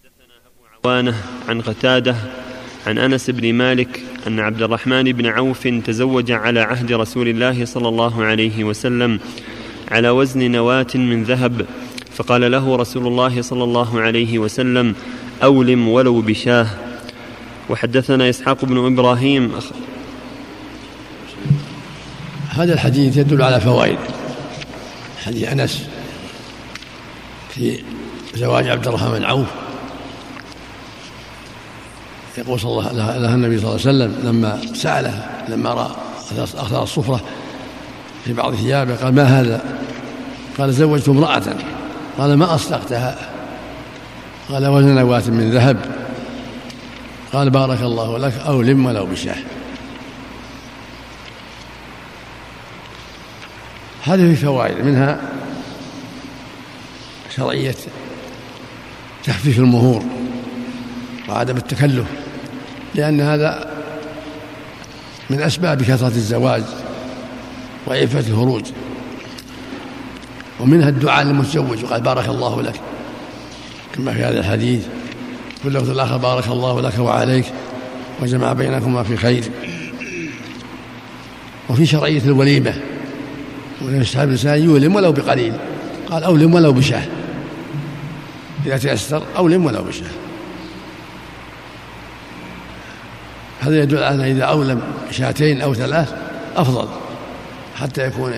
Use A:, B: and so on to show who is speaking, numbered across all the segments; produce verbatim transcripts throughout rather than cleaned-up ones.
A: عوانة عن قتادة عن أنس بن مالك أن عبد الرحمن بن عوف تزوج على عهد رسول الله صلى الله عليه وسلم على وزن نواة من ذهب، فقال له رسول الله صلى الله عليه وسلم: أولم ولو بشاه. وحدثنا إسحاق بن إبراهيم.
B: هذا الحديث يدل على فوائد حديث أنس في زواج عبد الرحمن بن عوف. يقول صلى الله عليه النبي صلى الله عليه وسلم لما سأله لما رأى أثر الصفرة في بعض ثيابه قال: ما هذا؟ قال: زوجت امرأة. قال: ما أصدقتها؟ قال: وزن نواة من ذهب. قال: بارك الله لك، أولم ولو بشاه. هذه في فوائد، منها شرعية تخفيف المهور وعدم التكلف، لأن هذا من أسباب كثرة الزواج وعفة الفروج. ومنها الدعاء للمتزوج، وقال: بارك الله لك، كما في هذا الحديث. واللفظ الآخر: بارك الله لك وعليك وجمع بينكما في خير. وفي شرعية الوليمة، ويستحب الإنسان يولم ولو بقليل. قال: أولم ولو بشاه، إذا تيسر أولم ولو بشاه. هذا يدل على أن إذا أولم شاتين أو ثلاث أفضل، حتى يكون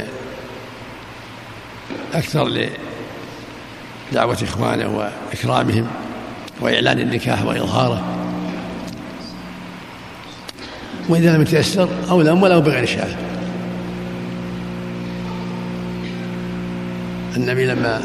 B: أكثر لدعوة إخوانه وإكرامهم وإعلان النكاح وإظهاره. وإذا لم يتيسر أولم ولو بغير شاه. النبي لما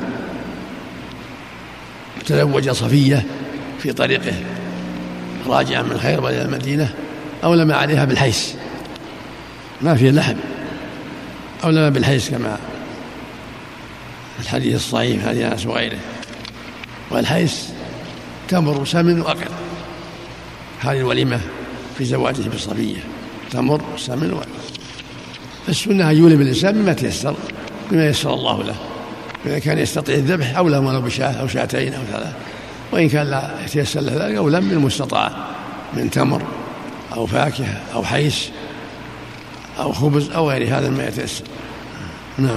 B: تزوج صفية في طريقه راجعا من خيبر إلى المدينة أولم عليها بالحيس، ما فيه لحم، أولم بالحيس كما في الحديث الصحيح هذه أنس وغيره. والحيس تمر سمن وأقل. هذه الوليمة في زواجه بالصفية، تمر سمن وأقل. فالسنة أن يولم الإنسان بما تيسر، بما يسر الله له. إذا كان يستطيع الذبح أولم ولو بشاه أو شاتين أو ثلاث، وإن كان لا يتيسر له ذلك أولم بالمستطاع من تمر أو فاكهة أو حيش أو خبز أو غير هذا ما يتيسر. نعم.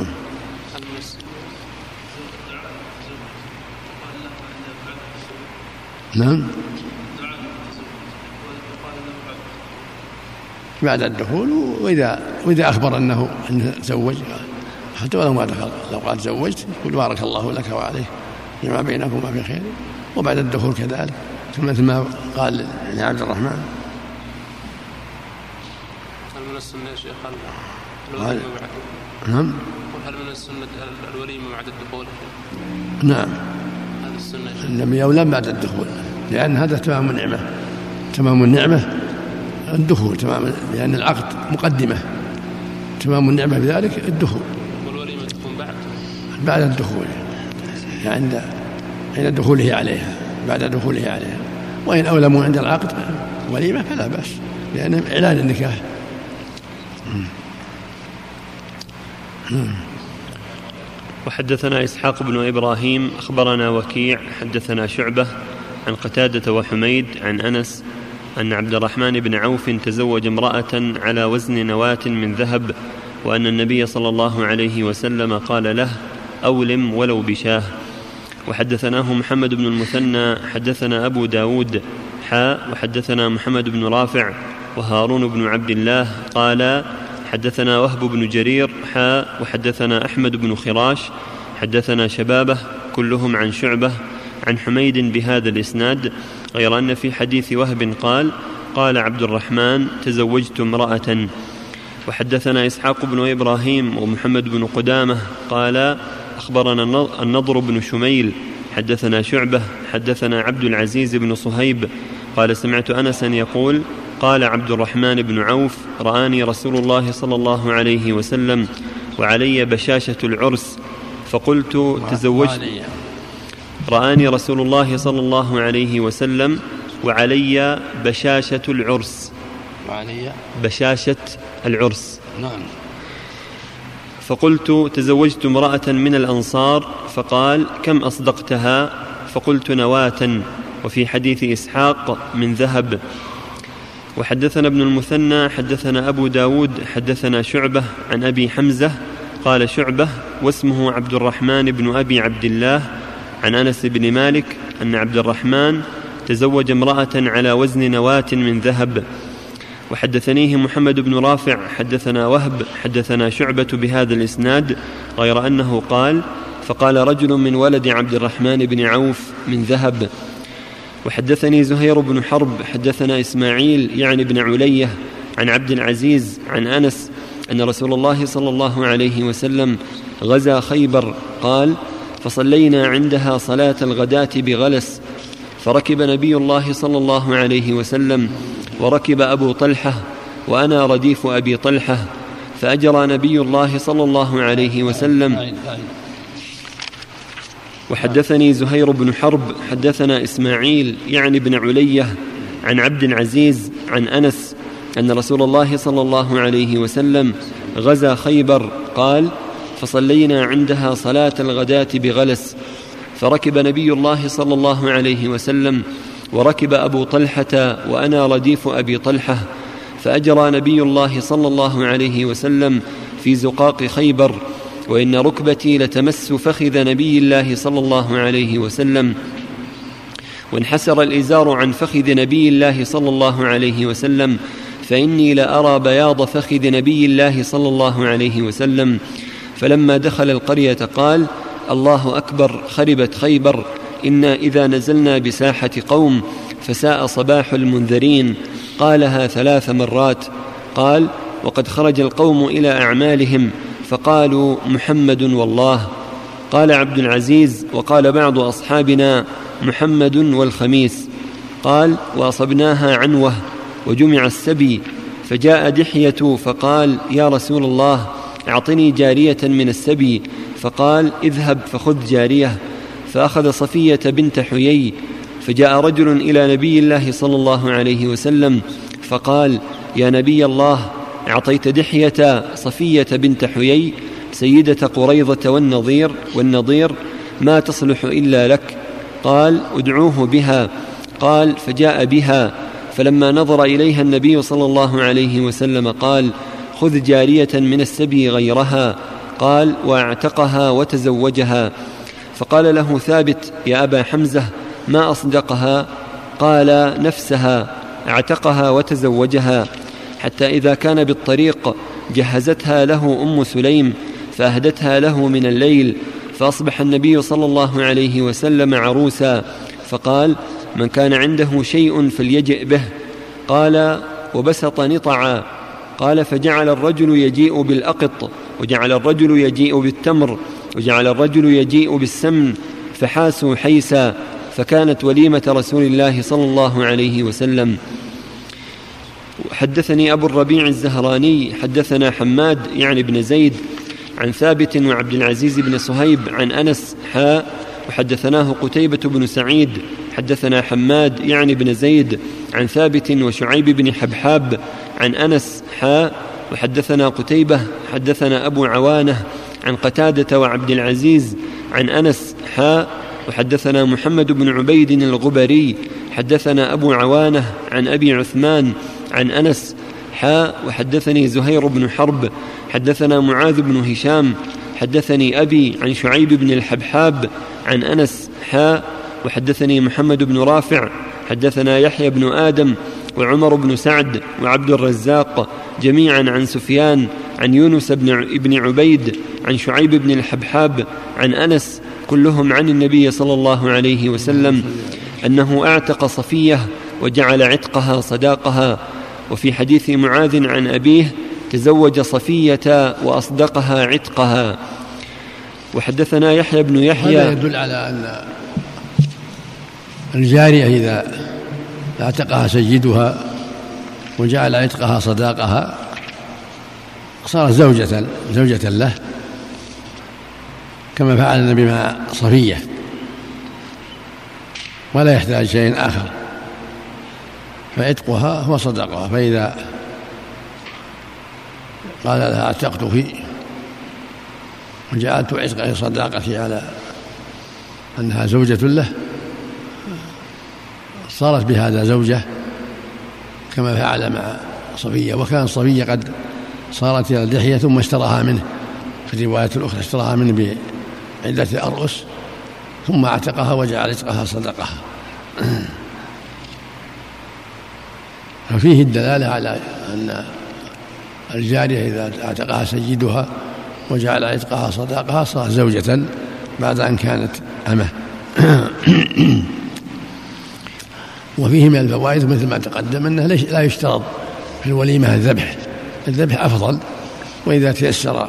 B: نعم بعد الدخول، وإذا وإذا أخبر أنه أنه تزوج حتى ولو ما دخل، لو قال تزوجت يقول: بارك الله لك وعليه جمع بينكما في خير. وبعد الدخول كذلك مثل ما قال لعبد الرحمن.
C: هل من السنة يا شيخ
B: الوليمة بعد؟ نعم.
C: هل من السنة الوليمة بعد الدخول؟
B: نعم.
C: هذا السنة
B: النبي أولم بعد الدخول، لأن هذا تمام النعمة. تمام النعمة الدخول، تمام، لأن العقد مقدمة. تمام النعمة بذلك الدخول.
C: والوليمة تكون بعد
B: بعد الدخول، يعني عند عند دخوله عليها، بعد دخوله عليها. وإن أولموا عند العقد وليمة فلا بأس، لأن إعلان النكاح.
A: وحدثنا إسحاق بن إبراهيم أخبرنا وكيع حدثنا شعبة عن قتادة وحميد عن أنس أن عبد الرحمن بن عوف تزوج امرأة على وزن نواة من ذهب، وأن النبي صلى الله عليه وسلم قال له: أولم ولو بشاه. وحدثناه محمد بن المثنى حدثنا أبو داود حاء وحدثنا محمد بن رافع وهارون بن عبد الله قال حدثنا وهب بن جرير حاء وحدثنا أحمد بن خراش حدثنا شبابه كلهم عن شعبة عن حميد بهذا الإسناد، غير أن في حديث وهب قال: قال عبد الرحمن: تزوجت امرأة. وحدثنا إسحاق بن إبراهيم ومحمد بن قدامة قال أخبرنا النضر بن شميل حدثنا شعبة حدثنا عبد العزيز بن صهيب قال: سمعت أنسا يقول: قال عبد الرحمن بن عوف: رآني رسول الله صلى الله عليه وسلم وعلي بشاشة العرس، فقلت: تزوجت. رآني رسول الله صلى الله عليه وسلم وعلي بشاشة العرس.
B: وعلي
A: بشاشة العرس.
B: نعم.
A: فقلت: تزوجت امرأة من الأنصار، فقال: كم أصدقتها؟ فقلت: نواة. وفي حديث إسحاق من ذهب. وحدثنا ابن المثنى حدثنا أبو داود حدثنا شعبة عن أبي حمزة قال شعبة واسمه عبد الرحمن بن أبي عبد الله عن أنس بن مالك أن عبد الرحمن تزوج امرأة على وزن نواة من ذهب. وحدثنيه محمد بن رافع حدثنا وهب حدثنا شعبة بهذا الإسناد غير أنه قال فقال رجل من ولد عبد الرحمن بن عوف من ذهب. وحدثني زهير بن حرب حدثنا إسماعيل يعني بن علية عن عبد العزيز عن أنس أن رسول الله صلى الله عليه وسلم غزا خيبر قال فصلينا عندها صلاة الغداة بغلس فركب نبي الله صلى الله عليه وسلم وركب أبو طلحة وأنا رديف أبي طلحة فأجرى نبي الله صلى الله عليه وسلم. وحدثني زهير بن حرب حدثنا إسماعيل يعني بن علية عن عبد العزيز عن أنس أن رسول الله صلى الله عليه وسلم غزا خيبر قال فصلينا عندها صلاة الغداة بغلس فركب نبي الله صلى الله عليه وسلم وركب أبو طلحة وأنا رديف أبي طلحة فأجرى نبي الله صلى الله عليه وسلم في زقاق خيبر وإن ركبتي لتمس فخذ نبي الله صلى الله عليه وسلم وانحسر الإزار عن فخذ نبي الله صلى الله عليه وسلم فإني لأرى بياض فخذ نبي الله صلى الله عليه وسلم. فلما دخل القرية قال الله أكبر خربت خيبر إنا إذا نزلنا بساحة قوم فساء صباح المنذرين قالها ثلاث مرات. قال وقد خرج القوم إلى أعمالهم فقالوا محمد والله. قال عبد العزيز وقال بعض أصحابنا محمد والخميس. قال وأصبناها عنوة وجمع السبي فجاء دحية فقال يا رسول الله أعطني جارية من السبي فقال اذهب فخذ جارية فأخذ صفية بنت حيي. فجاء رجل إلى نبي الله صلى الله عليه وسلم فقال يا نبي الله أعطيت دحية صفية بنت حيي سيدة قريظة والنضير والنضير ما تصلح إلا لك. قال ادعوه بها. قال فجاء بها فلما نظر إليها النبي صلى الله عليه وسلم قال خذ جارية من السبي غيرها. قال واعتقها وتزوجها. فقال له ثابت يا أبا حمزة ما أصدقها؟ قال نفسها اعتقها وتزوجها. حتى إذا كان بالطريق جهزتها له أم سليم فأهدتها له من الليل فأصبح النبي صلى الله عليه وسلم عروسا فقال من كان عنده شيء فليجئ به. قال وبسط نطعا. قال فجعل الرجل يجيء بالأقط وجعل الرجل يجيء بالتمر وجعل الرجل يجيء بالسمن فحاسوا حيسا فكانت وليمة رسول الله صلى الله عليه وسلم. حدثني أبو الربيع الزهراني حدثنا حماد يعني بن زيد عن ثابت وعبد العزيز بن صهيب عن أنس حاء وحدثناه قتيبة بن سعيد حدثنا حماد يعني بن زيد عن ثابت وشعيب بن حبحاب عن أنس حاء وحدثنا قتيبة حدثنا أبو عوانة عن قتادة وعبد العزيز عن أنس حاء وحدثنا محمد بن عبيد الغبري حدثنا أبو عوانة عن أبي عثمان عن أنس حاء وحدثني زهير بن حرب حدثنا معاذ بن هشام حدثني أبي عن شعيب بن الحبحاب عن أنس حاء وحدثني محمد بن رافع حدثنا يحيى بن آدم وعمر بن سعد وعبد الرزاق جميعا عن سفيان عن يونس بن عبيد عن شعيب بن الحبحاب عن أنس كلهم عن النبي صلى الله عليه وسلم أنه أعتق صفية وجعل عتقها صداقها. وفي حديث معاذ عن أبيه تزوج صفية وأصدقها عتقها. وحدثنا يحيى بن يحيى.
B: هذا يدل على أن الجارية إذا اعتقها سيدها وجعل عتقها صداقها صارت زوجة زوجة له كما فعل النبي مع صفية ولا يحتاج شيء آخر فعتقها هو صداقها. فإذا قال لها اعتقتك وجعلت عتقه صداقتي على أنها زوجة له صارت بهذا زوجة كما فعل مع صفية. وكان صفية قد صارت إلى اللحية ثم اشتراها منه، في الرواية الأخرى اشتراها منه بعدة أرؤس ثم اعتقها وجعل عتقها صدقها. ففيه الدلالة على أن الجارية إذا اعتقها سيدها وجعل عتقها صدقها صارت زوجة بعد أن كانت أمه. وفيه من الفوائد مثل ما تقدم أنه لا يشترط في الوليمة الذبح، الذبح أفضل، وإذا تيسر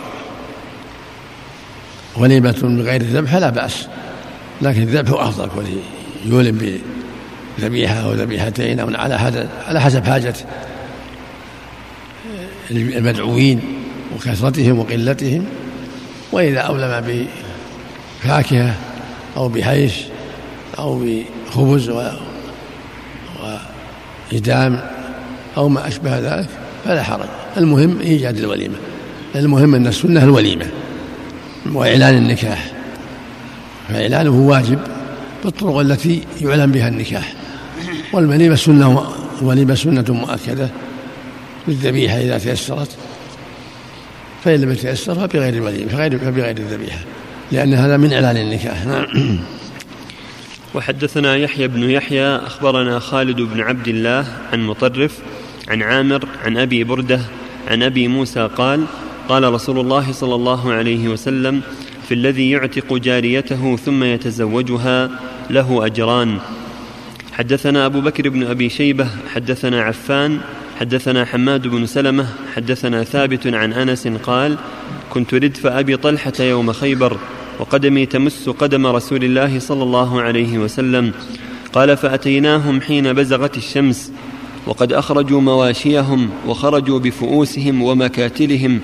B: وليمة بغير الذبح لا بأس، لكن الذبح أفضل، يولم بذبيحة أو ذبيحتين أو على حسب حاجة المدعوين وكثرتهم وقلتهم. وإذا أولم بفاكهة أو بحيش أو بخبز وإدام أو ما أشبه ذلك فلا حرج. المهم إيجاد الوليمة، المهم أن السنة الوليمة وإعلان النكاح، فإعلانه واجب بالطرق التي يعلن بها النكاح. والوليمة سنة، الوليمة سنة مؤكدة بالذبيحة إذا تيسرت، فإن لم يتيسر فبغير الوليمة فبغير الذبيحة، لأن هذا من إعلان النكاح.
A: وحدثنا يحيى بن يحيى أخبرنا خالد بن عبد الله عن مطرف عن عامر عن أبي بردة عن أبي موسى قال: قال رسول الله صلى الله عليه وسلم: في الذي يعتق جاريته ثم يتزوجها له أجران. حدثنا أبو بكر بن أبي شيبة حدثنا عفان حدثنا حماد بن سلمة حدثنا ثابت عن أنس قال: كنت ردف أبي طلحة يوم خيبر وقدمي تمس قدم رسول الله صلى الله عليه وسلم. قال: فأتيناهم حين بزغت الشمس وقد أخرجوا مواشيهم وخرجوا بفؤوسهم ومكاتلهم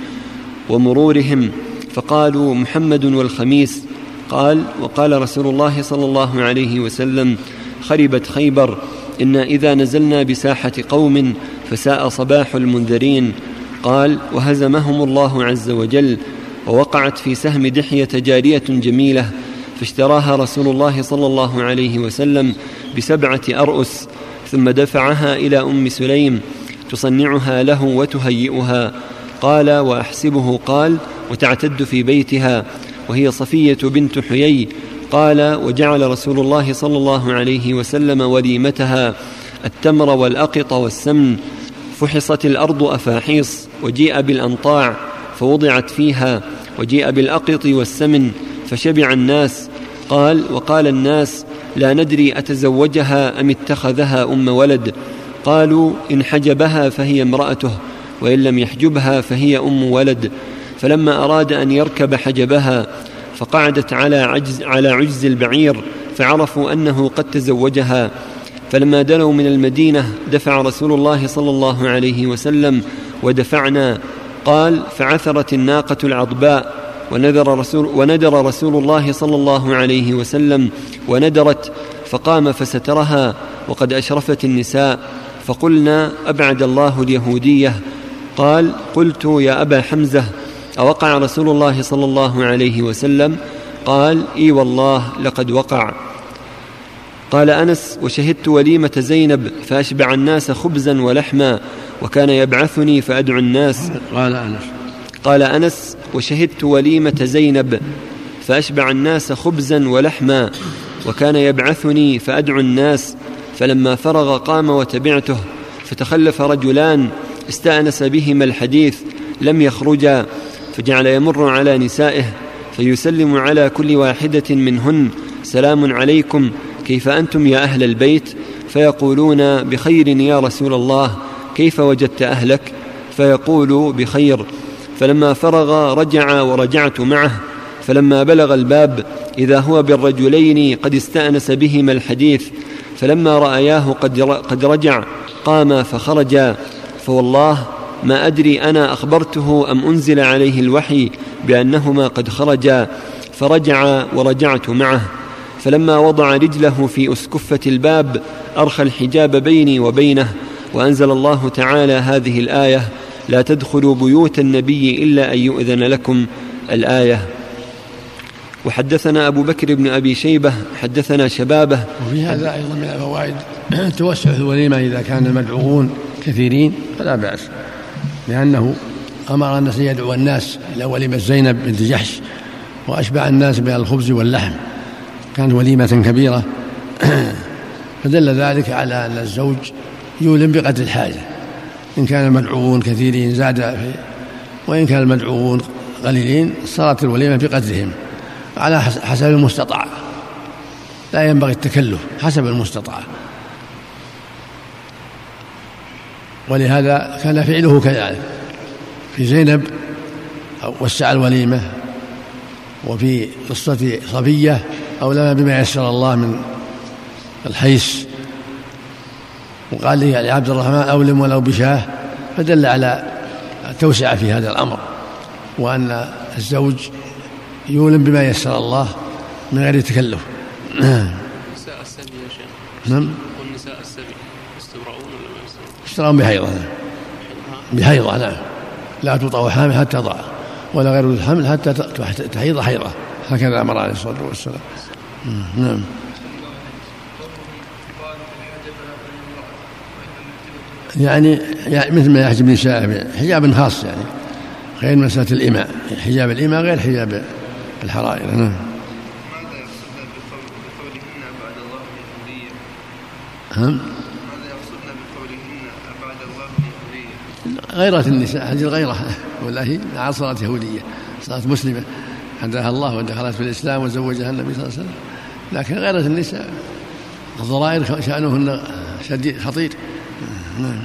A: ومرورهم، فقالوا: محمد والخميس. قال: وقال رسول الله صلى الله عليه وسلم: خربت خيبر، إنا إذا نزلنا بساحة قوم فساء صباح المنذرين. قال: وهزمهم الله عز وجل، ووقعت في سهم دحية جارية جميلة، فاشتراها رسول الله صلى الله عليه وسلم بسبعة أرؤس، ثم دفعها إلى أم سليم تصنعها له وتهيئها. قال: وأحسبه قال: وتعتد في بيتها، وهي صفية بنت حيي. قال: وجعل رسول الله صلى الله عليه وسلم وليمتها التمر والأقط والسمن، فحصت الأرض أفاحيص، وجيء بالأنطاع فوضعت فيها، وجيء بالأقط والسمن فشبع الناس. قال: وقال الناس: لا ندري أتزوجها أم اتخذها أم ولد. قالوا: إن حجبها فهي امرأته، وإن لم يحجبها فهي أم ولد. فلما أراد أن يركب حجبها فقعدت على عجز, على عجز البعير، فعرفوا أنه قد تزوجها. فلما دنوا من المدينة دفع رسول الله صلى الله عليه وسلم ودفعنا. قال: فعثرت الناقة العضباء، وندر رسول, وندر رسول الله صلى الله عليه وسلم وندرت، فقام فسترها وقد أشرفت النساء، فقلنا: أبعد الله اليهودية. قال: قلت: يا أبا حمزة، أوقع رسول الله صلى الله عليه وسلم؟ قال: إي والله لقد وقع. قال أنس: وشهدت وليمة زينب فأشبع الناس خبزا ولحما، وكان يبعثني فأدعو الناس.
B: قال أنس
A: قال أنس: وشهدت وليمة زينب فأشبع الناس خبزا ولحما، وكان يبعثني فأدعو الناس. فلما فرغ قام وتبعته، فتخلف رجلان استأنس بهما الحديث لم يخرجا، فجعل يمر على نسائه فيسلم على كل واحدة منهن: سلام عليكم، كيف أنتم يا أهل البيت؟ فيقولون: بخير يا رسول الله، كيف وجدت أهلك؟ فيقول: بخير. فلما فرغ رجع ورجعت معه، فلما بلغ الباب إذا هو بالرجلين قد استأنس بهما الحديث، فلما رأياه قد رجع قام فخرجا، فوالله ما أدري أنا أخبرته أم أنزل عليه الوحي بأنهما قد خرجا، فرجع ورجعت معه. فلما وضع رجله في أسكفة الباب أرخى الحجاب بيني وبينه، وأنزل الله تعالى هذه الآية: لا تدخلوا بيوت النبي إلا أن يؤذن لكم، الآية. وحدثنا أبو بكر بن أبي شيبة حدثنا شبابه.
B: وفي هذا أيضا من الفوائد توسع الوليمة إذا كان المدعوون كثيرين فلا بأس، لأنه أمر الناس يدعو الناس إلى وليمة زينب بنت جحش وأشبع الناس بالخبز واللحم، كانت وليمة كبيرة فدل ذلك على أن الزوج يولم بقدر الحاجة، إن كان المدعوون كثيرين زاد في، وإن كان المدعوون قليلين صارت الوليمة بقدرهم على حسب المستطاع، لا ينبغي التكلف، حسب المستطاع. ولهذا كان فعله كذلك في زينب وسع الوليمة، وفي قصة صفية أولم بما يسر الله من الحيس، وقال لي لعبد الرحمن أولم ولو بشاه، فدل على التوسعة في هذا الأمر، وأن الزوج يولم بما يسر الله من غير تكلف.
C: نساء السبي يا شيخ.
B: نعم.
C: والنساء السبي يستبرؤون ولا ما يستبرؤون؟
B: يستبرؤون بحيضة. بحيضة نعم، لا تطأ حامل حتى تضع، ولا غير الحمل حتى تحيض حيضة، هكذا أمر عليه الصلاة والسلام. نعم. يعني, يعني مثل ما يحجب النساء حجاب خاص، يعني غير مسألة الإماء، حجاب الإماء غير حجاب الحرائر. نعم.
D: ماذا يقصدنا بقولهن بعد الله بحرية؟
B: هم؟
D: ماذا يقصدنا بقولهن بعد الله بحرية؟
B: غيرة النساء، هذه الغيرة والله مع صارت يهودية، صارت مسلمة حداها الله ودخلت في الإسلام وزوجها النبي صلى الله عليه وسلم، لكن غيرة النساء الضرائر شأنهن شديد خطير. نعم.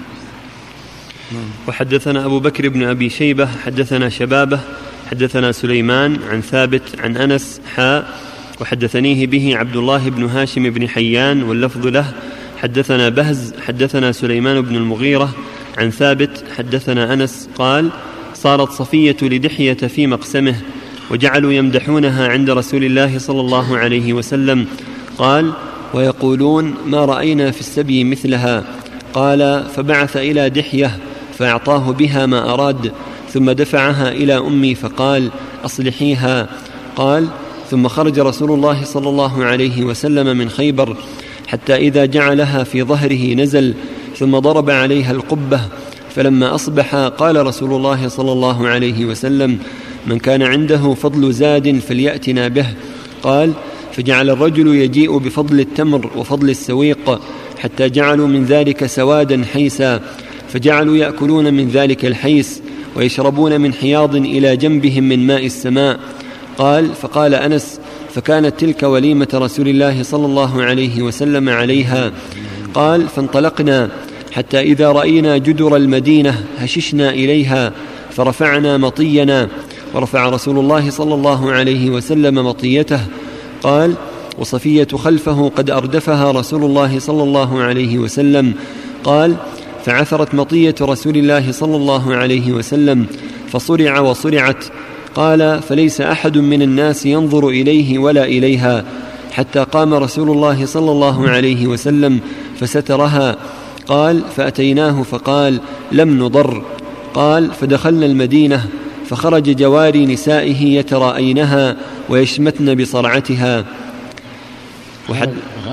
A: وحدثنا أبو بكر بن أبي شيبة حدثنا شبابه حدثنا سليمان عن ثابت عن أنس حاء وحدثنيه به عبد الله بن هاشم بن حيان واللفظ له. حدثنا بهز حدثنا سليمان بن المغيرة عن ثابت حدثنا أنس قال: صارت صفية لدحية في مقسمه وجعلوا يمدحونها عند رسول الله صلى الله عليه وسلم. قال: ويقولون ما رأينا في السبي مثلها. قال: فبعث إلى دحية فأعطاه بها ما أراد، ثم دفعها إلى أمي فقال: أصلحيها. قال: ثم خرج رسول الله صلى الله عليه وسلم من خيبر حتى إذا جعلها في ظهره نزل، ثم ضرب عليها القبة، فلما أصبح قال رسول الله صلى الله عليه وسلم: من كان عنده فضل زاد فليأتنا به. قال: فجعل الرجل يجيء بفضل التمر وفضل السويق حتى جعلوا من ذلك سوادا حيسا، فجعلوا يأكلون من ذلك الحيس ويشربون من حياض إلى جنبهم من ماء السماء. قال: فقال أنس: فكانت تلك وليمة رسول الله صلى الله عليه وسلم عليها. قال: فانطلقنا حتى إذا رأينا جدر المدينة هششنا إليها فرفعنا مطينا، ورفع رسول الله صلى الله عليه وسلم مطيته. قال: وصفية خلفه قد أردفها رسول الله صلى الله عليه وسلم. قال: فعثرت مطية رسول الله صلى الله عليه وسلم فصرع وصرعت. قال: فليس أحد من الناس ينظر إليه ولا إليها حتى قام رسول الله صلى الله عليه وسلم فسترها. قال: فأتيناه فقال: لم نضر. قال: فدخلنا المدينة فخرج جواري نسائه يتراءينها ويشمتن بصرعتها. وحد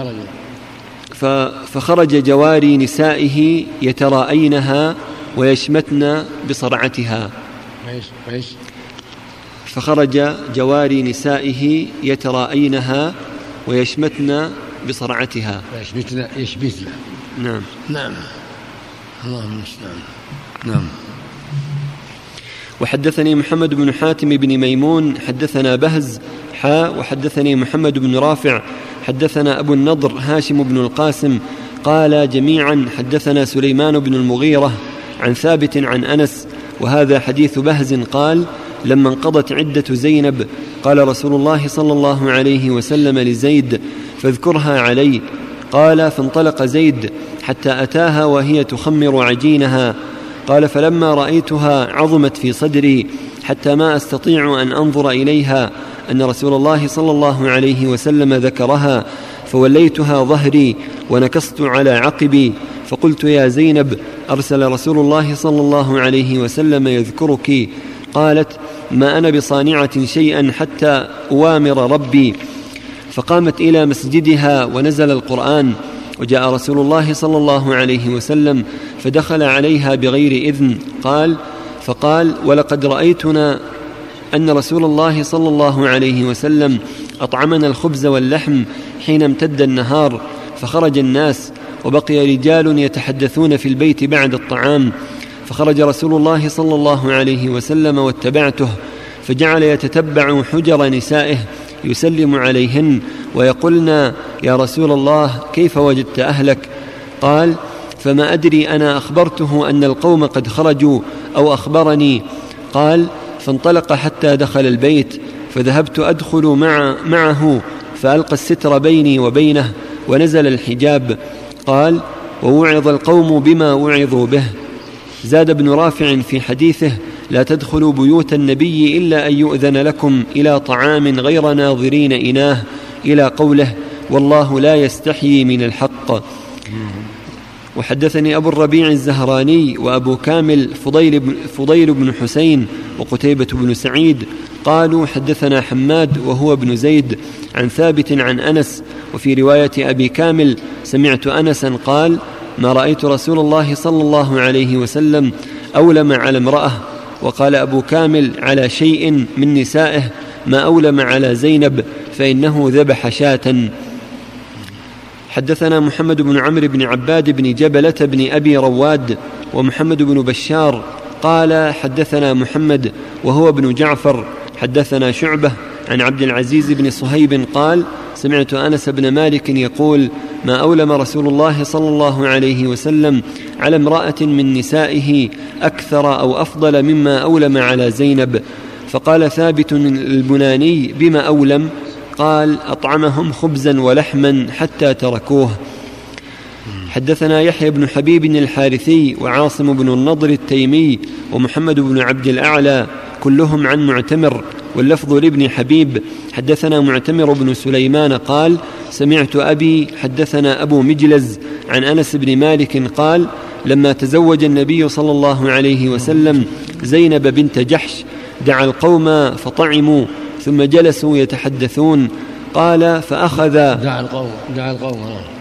A: فخرج جواري نسائه يتراءينها ويشمتن بصرعتها. فخرج جواري نسائه يتراءينها ويشمتن بصرعتها.
B: يشمتن يشمتن
A: نعم
B: نعم اللهم المستعان. نعم.
A: وحدثني محمد بن حاتم بن ميمون حدثنا بهز حاء وحدثني محمد بن رافع حدثنا أبو النضر هاشم بن القاسم قال جميعا حدثنا سليمان بن المغيرة عن ثابت عن أنس، وهذا حديث بهز. قال: لما انقضت عدة زينب قال رسول الله صلى الله عليه وسلم لزيد: فاذكرها علي. قال: فانطلق زيد حتى أتاها وهي تخمر عجينها. قال: فلما رأيتها عظمت في صدري حتى ما أستطيع أن أنظر إليها أن رسول الله صلى الله عليه وسلم ذكرها، فوليتها ظهري ونكصت على عقبي فقلت: يا زينب، أرسل رسول الله صلى الله عليه وسلم يذكرك. قالت: ما أنا بصانعة شيئا حتى أوامر ربي. فقامت إلى مسجدها ونزل القرآن، وجاء رسول الله صلى الله عليه وسلم فدخل عليها بغير إذن. قال فقال ولقد رأيتنا أن رسول الله صلى الله عليه وسلم أطعمنا الخبز واللحم حين امتد النهار، فخرج الناس وبقي رجال يتحدثون في البيت بعد الطعام، فخرج رسول الله صلى الله عليه وسلم واتبعته، فجعل يتتبع حجر نسائه يسلم عليهن ويقولن يا رسول الله كيف وجدت أهلك؟ قال فما أدري أنا أخبرته أن القوم قد خرجوا أو أخبرني. قال فانطلق حتى دخل البيت، فذهبت أدخل مع معه فألقى الستر بيني وبينه ونزل الحجاب. قال ووعظ القوم بما وعظوا به. زاد ابن رافع في حديثه لا تدخلوا بيوت النبي إلا أن يؤذن لكم إلى طعام غير ناظرين إناه، إلى قوله والله لا يستحيي من الحق. وحدثني أبو الربيع الزهراني وأبو كامل فضيل بن, فضيل بن حسين وقتيبة بن سعيد قالوا حدثنا حماد وهو ابن زيد عن ثابت عن أنس. وفي رواية أبي كامل سمعت أنسا قال ما رأيت رسول الله صلى الله عليه وسلم أولم على امرأة. وقال أبو كامل على شيء من نسائه ما أولم على زينب فإنه ذبح شاة. حدثنا محمد بن عمرو بن عباد بن جبلة بن أبي رواد ومحمد بن بشار قال حدثنا محمد وهو ابن جعفر حدثنا شعبة عن عبد العزيز بن صهيب قال سمعت أنس بن مالك يقول ما أولم رسول الله صلى الله عليه وسلم على امرأة من نسائه أكثر أو أفضل مما أولم على زينب. فقال ثابت البناني بما أولم؟ قال أطعمهم خبزا ولحما حتى تركوه. حدثنا يحيى بن حبيب الحارثي وعاصم بن النضر التيمي ومحمد بن عبد الأعلى كلهم عن معتمر، واللفظ لابن حبيب. حدثنا معتمر بن سليمان قال سمعت أبي حدثنا أبو مجلز عن أنس بن مالك قال لما تزوج النبي صلى الله عليه وسلم زينب بنت جحش دعا القوم فطعموا ثم جلسوا يتحدثون. قال فأخذ
B: دعا القوم دعا القوم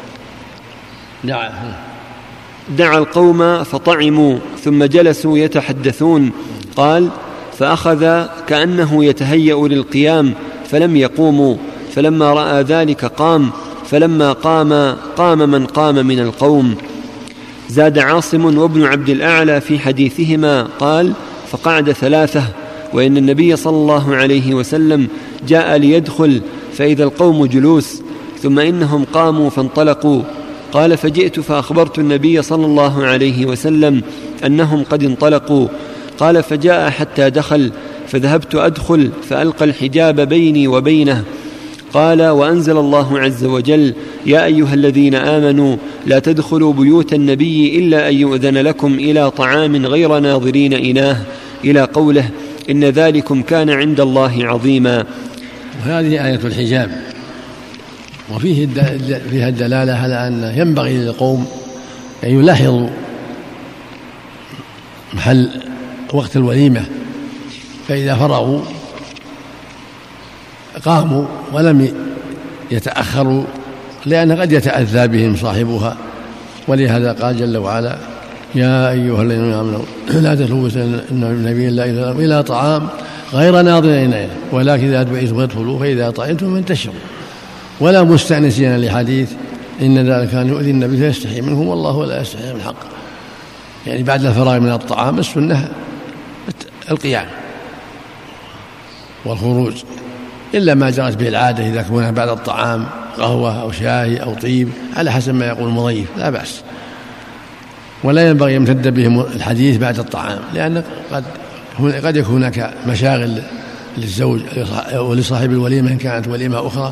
B: دعا
A: دعا القوم فطعموا ثم جلسوا يتحدثون. قال فأخذ كأنه يتهيأ للقيام فلم يقوموا، فلما رأى ذلك قام، فلما قام قام من قام من القوم. زاد عاصم وابن عبد الأعلى في حديثهما قال فقعد ثلاثة، وإن النبي صلى الله عليه وسلم جاء ليدخل فإذا القوم جلوس، ثم إنهم قاموا فانطلقوا. قال فجئت فأخبرت النبي صلى الله عليه وسلم أنهم قد انطلقوا. قال فجاء حتى دخل فذهبت أدخل فألقى الحجاب بيني وبينه. قال وأنزل الله عز وجل يا أيها الذين آمنوا لا تدخلوا بيوت النبي إلا أن يؤذن لكم إلى طعام غير ناظرين إناه، إلى قوله إن ذلكم كان عند الله عظيما.
B: وهذه آية الحجاب، وفيه فيها الدلالة على أن ينبغي للقوم أن يلاحظوا محل وقت الوليمة، فإذا فرغوا قاموا ولم يتأخروا، لأن قد يتأذى بهم صاحبها. ولهذا قال جل وعلا يا أيها الذين آمنوا لا تدخلوا النبي إلا إلى طعام غير ناظرين إليه ولكن إذا دعيتم فادخلوا فإذا طعمتم فانتشروا ولا مستأنسين لحديث إن ذلك كان يؤذي النبي فيستحي منه والله لا يستحي من الحق. يعني بعد الفراغ من الطعام السنة القيام والخروج، إلا ما جرت به العادة إذا كنا بعد الطعام قهوة أو شاي أو طيب على حسب ما يقول المضيف لا بأس. ولا ينبغي يمتد بهم الحديث بعد الطعام، لأن قد قد يكون هناك مشاغل للزوج ولصاحب الوليمة إن كانت وليمة أخرى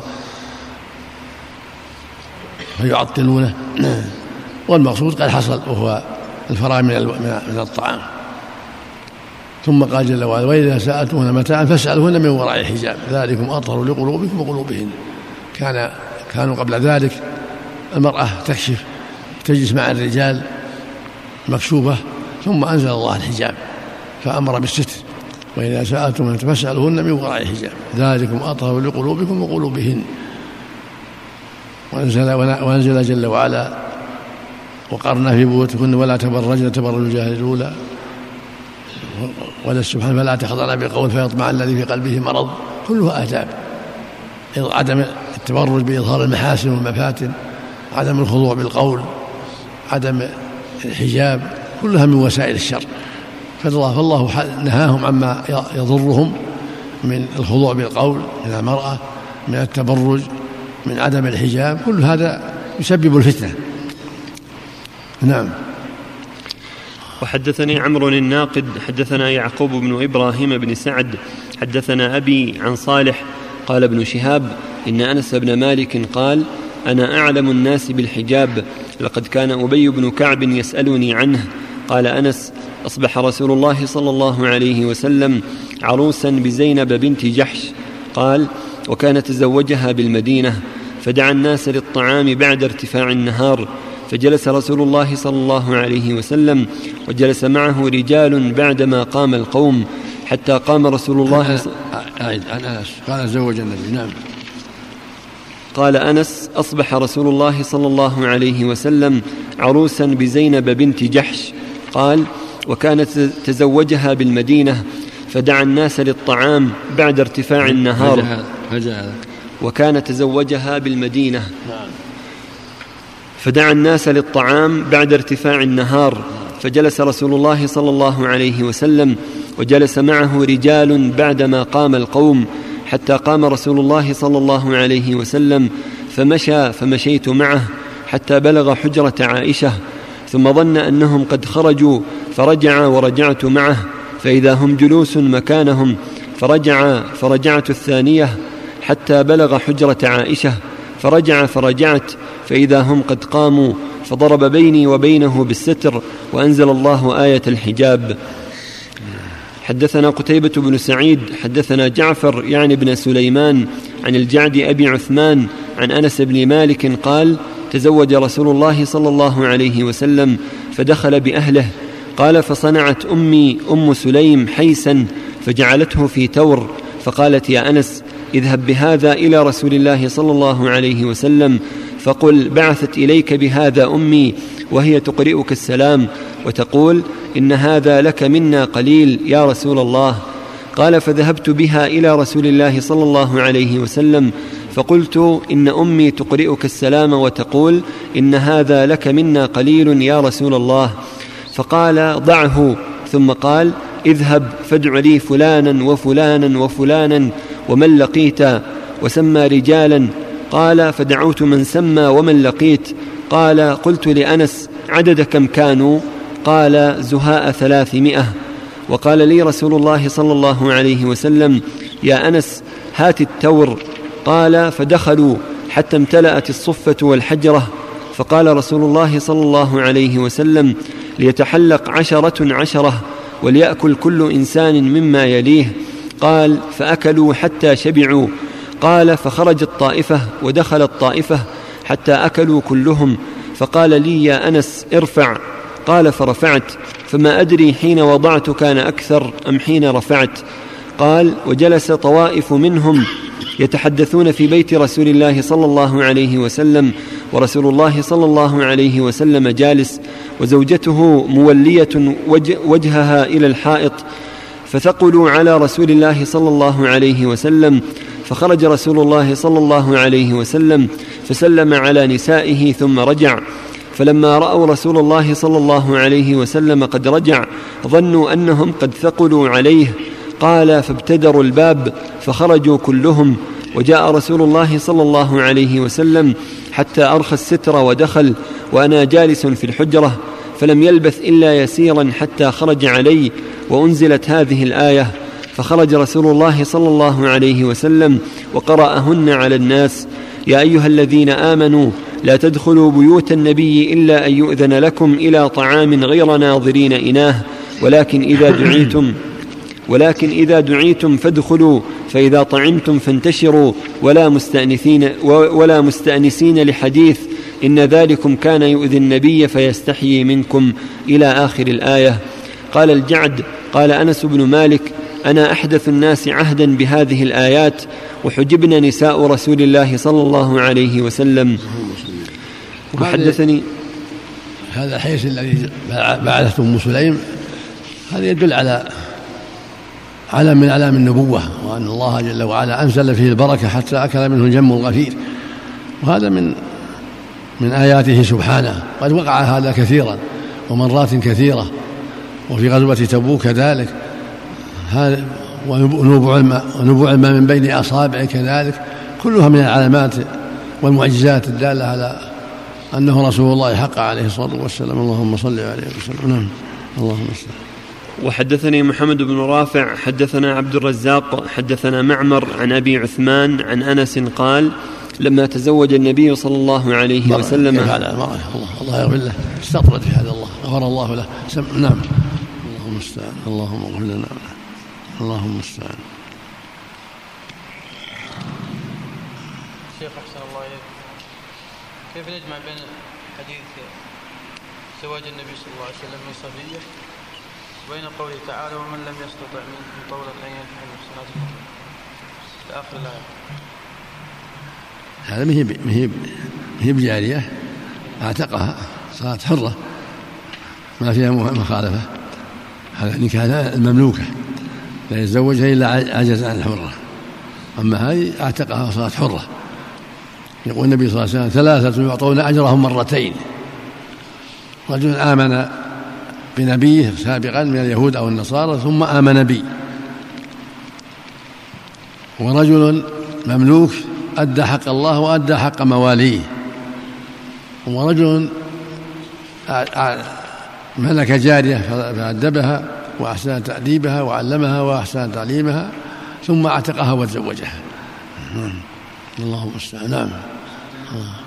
B: فيعطلونه، والمقصود قد حصل وهو الفراغ من الطعام. ثم قال جل وعلا وإذا سألتموهن متاعا فاسألوهن من وراء حجاب ذلكم أطهر لقلوبكم وقلوبهن. كان كانوا قبل ذلك المرأة تكشف تجلس مع الرجال مكشوفة، ثم أنزل الله الحجاب فأمر بالستر وإذا سألتم فاسألوهن من وراء حجاب ذلكم أطهر لقلوبكم وقلوبهن. وأنزل, وأنزل جل وعلا وقرنا في بيوتكن ولا تبرجن تبرج الجاهلية الأولى ولا سبحانه فلا تخضعن بالقول فيطمع الذي في قلبه مرض. كلها آداب، عدم التبرج بإظهار المحاسن والمفاتن، عدم الخضوع بالقول، عدم الحجاب، كلها من وسائل الشر. فالله, فالله نهاهم عما يضرهم من الخضوع بالقول من المرأة، من التبرج، من عدم الحجاب، كل هذا يسبب الفتنة. نعم.
A: وحدثني عمرو الناقد حدثنا يعقوب بن إبراهيم بن سعد حدثنا أبي عن صالح قال ابن شهاب إن أنس بن مالك قال أنا أعلم الناس بالحجاب، لقد كان أبي بن كعب يسألني عنه. قال أنس أصبح رسول الله صلى الله عليه وسلم عروسا بزينب بنت جحش. قال وكان تزوجها بالمدينة، فدعا الناس للطعام بعد ارتفاع النهار، فجلس رسول الله صلى الله عليه وسلم وجلس معه رجال بعدما قام القوم، حتى قام رسول الله ص...
B: قال زوج النبي. نعم.
A: قال أنس أصبح رسول الله صلى الله عليه وسلم عروسا بزينب بنت جحش. قال وكانت تزوجها بالمدينة، فدعا الناس للطعام بعد ارتفاع النهار، وكان تزوجها بالمدينة فدعا الناس للطعام بعد ارتفاع النهار، فجلس رسول الله صلى الله عليه وسلم وجلس معه رجال بعدما قام القوم، حتى قام رسول الله صلى الله عليه وسلم فمشى فمشيت معه حتى بلغ حجرة عائشة، ثم ظن أنهم قد خرجوا فرجع ورجعت معه، فإذا هم جلوس مكانهم، فرجع فرجعت الثانية حتى بلغ حجرة عائشة، فرجع فرجعت فإذا هم قد قاموا، فضرب بيني وبينه بالستر، وأنزل الله آية الحجاب. حدثنا قتيبة بن سعيد حدثنا جعفر يعني بن سليمان عن الجعد أبي عثمان عن أنس بن مالك قال تزوج رسول الله صلى الله عليه وسلم فدخل بأهله. قال فصنعت أمي أم سليم حيسا فجعلته في تور، فقالت يا أنس اذهب بهذا إلى رسول الله صلى الله عليه وسلم فقل بعثت إليك بهذا أمي وهي تقرئك السلام وتقول إن هذا لك منا قليل يا رسول الله. قال فذهبت بها إلى رسول الله صلى الله عليه وسلم فقلت إن أمي تقرئك السلام وتقول إن هذا لك منا قليل يا رسول الله. فقال ضعه، ثم قال اذهب فادع لي فلانا وفلانا وفلانا ومن لقيت، وسمى رجالا. قال فدعوت من سمى ومن لقيت. قال قلت لأنس عدد كم كانوا؟ قال زهاء ثلاثمائة. وقال لي رسول الله صلى الله عليه وسلم يا أنس هات التور. قال فدخلوا حتى امتلأت الصفة والحجرة، فقال رسول الله صلى الله عليه وسلم ليتحلق عشرة عشرة وليأكل كل إنسان مما يليه. قال فأكلوا حتى شبعوا. قال فخرجت طائفة ودخلت طائفة حتى أكلوا كلهم، فقال لي يا أنس ارفع. قال فرفعت، فما أدري حين وضعت كان أكثر أم حين رفعت. قال وجلس طوائف منهم يتحدثون في بيت رسول الله صلى الله عليه وسلم، ورسول الله صلى الله عليه وسلم جالس وزوجته مولية وجهها إلى الحائط، فثقلوا على رسول الله صلى الله عليه وسلم، فخرج رسول الله صلى الله عليه وسلم فسلم على نسائه ثم رجع. فلما رأوا رسول الله صلى الله عليه وسلم قد رجع ظنوا أنهم قد ثقلوا عليه. قال فابتدروا الباب فخرجوا كلهم، وجاء رسول الله صلى الله عليه وسلم حتى أرخى الستر ودخل وأنا جالس في الحجرة، فلم يلبث إلا يسيرا حتى خرج علي وأنزلت هذه الآية، فخرج رسول الله صلى الله عليه وسلم وقرأهن على الناس: يا أيها الذين آمنوا لا تدخلوا بيوت النبي إلا أن يؤذن لكم إلى طعام غير ناظرين إناه، ولكن إذا دعيتم ولكن إذا دعيتم فادخلوا، فإذا طعمتم فانتشروا ولا مستأنسين, ولا مستأنسين لحديث، إن ذلكم كان يؤذي النبي فيستحيي منكم، إلى آخر الآية. قال الجعد: قال أنس بن مالك: أنا أحدث الناس عهدا بهذه الآيات وحجبنا نساء رسول الله صلى الله عليه وسلم. وحدثني
B: هذا الحيث الذي بعثته أم سليم، هذا يدل على علم من علام النبوة، وأن الله جل وعلا أنزل فيه البركة حتى أكل منه الجم الغفير، وهذا من من آياته سبحانه. قد وقع هذا كثيرا ومرات كثيرة، وفي غزوة تبوك كذلك، هذا ونبوع الماء ونبوع الماء من بين أصابع كذلك، كلها من العلامات والمعجزات الدالة على أنه رسول الله حق عليه الصلاة والسلام. اللهم صل عليه وسلم. نعم. اللهم صل.
A: وحدثني محمد بن رافع حدثنا عبد الرزاق حدثنا معمر عن أبي عثمان عن أنس قال لما تزوج النبي صلى الله عليه وسلم
B: الله, الله يغفر له، استطرد في هذا، الله غفر الله له. نعم. اللهم استعان. اللهم اغفر لنا. اللهم استعان.
D: شيخ أحسن الله إليك، كيف نجمع بين حديث زواج النبي صلى الله عليه وسلم من صفية وبين قوله تعالى ومن لم يستطع منكم طولا أن ينكح المحصنات في آخر الآية؟
B: هذا مهيب مهيب مهيب جارية اعتقها صارت حرة ما فيها مخالفة، هذا نكاح المملوكة لا يتزوجها إلا عجز عن الحرة، أما هذه اعتقها وصارت حرة. يقول النبي صلى الله عليه وسلم ثلاثة يعطون أجرهم مرتين: رجل آمن بنبيه سابقا من اليهود أو النصارى ثم آمن بي، ورجل مملوك أدى حق الله وأدى حق مواليه، ورجل ملك جارية فأدبها وأحسن تأديبها وعلمها وأحسن تعليمها ثم اعتقها وتزوجها. اللهم استعان. نعم.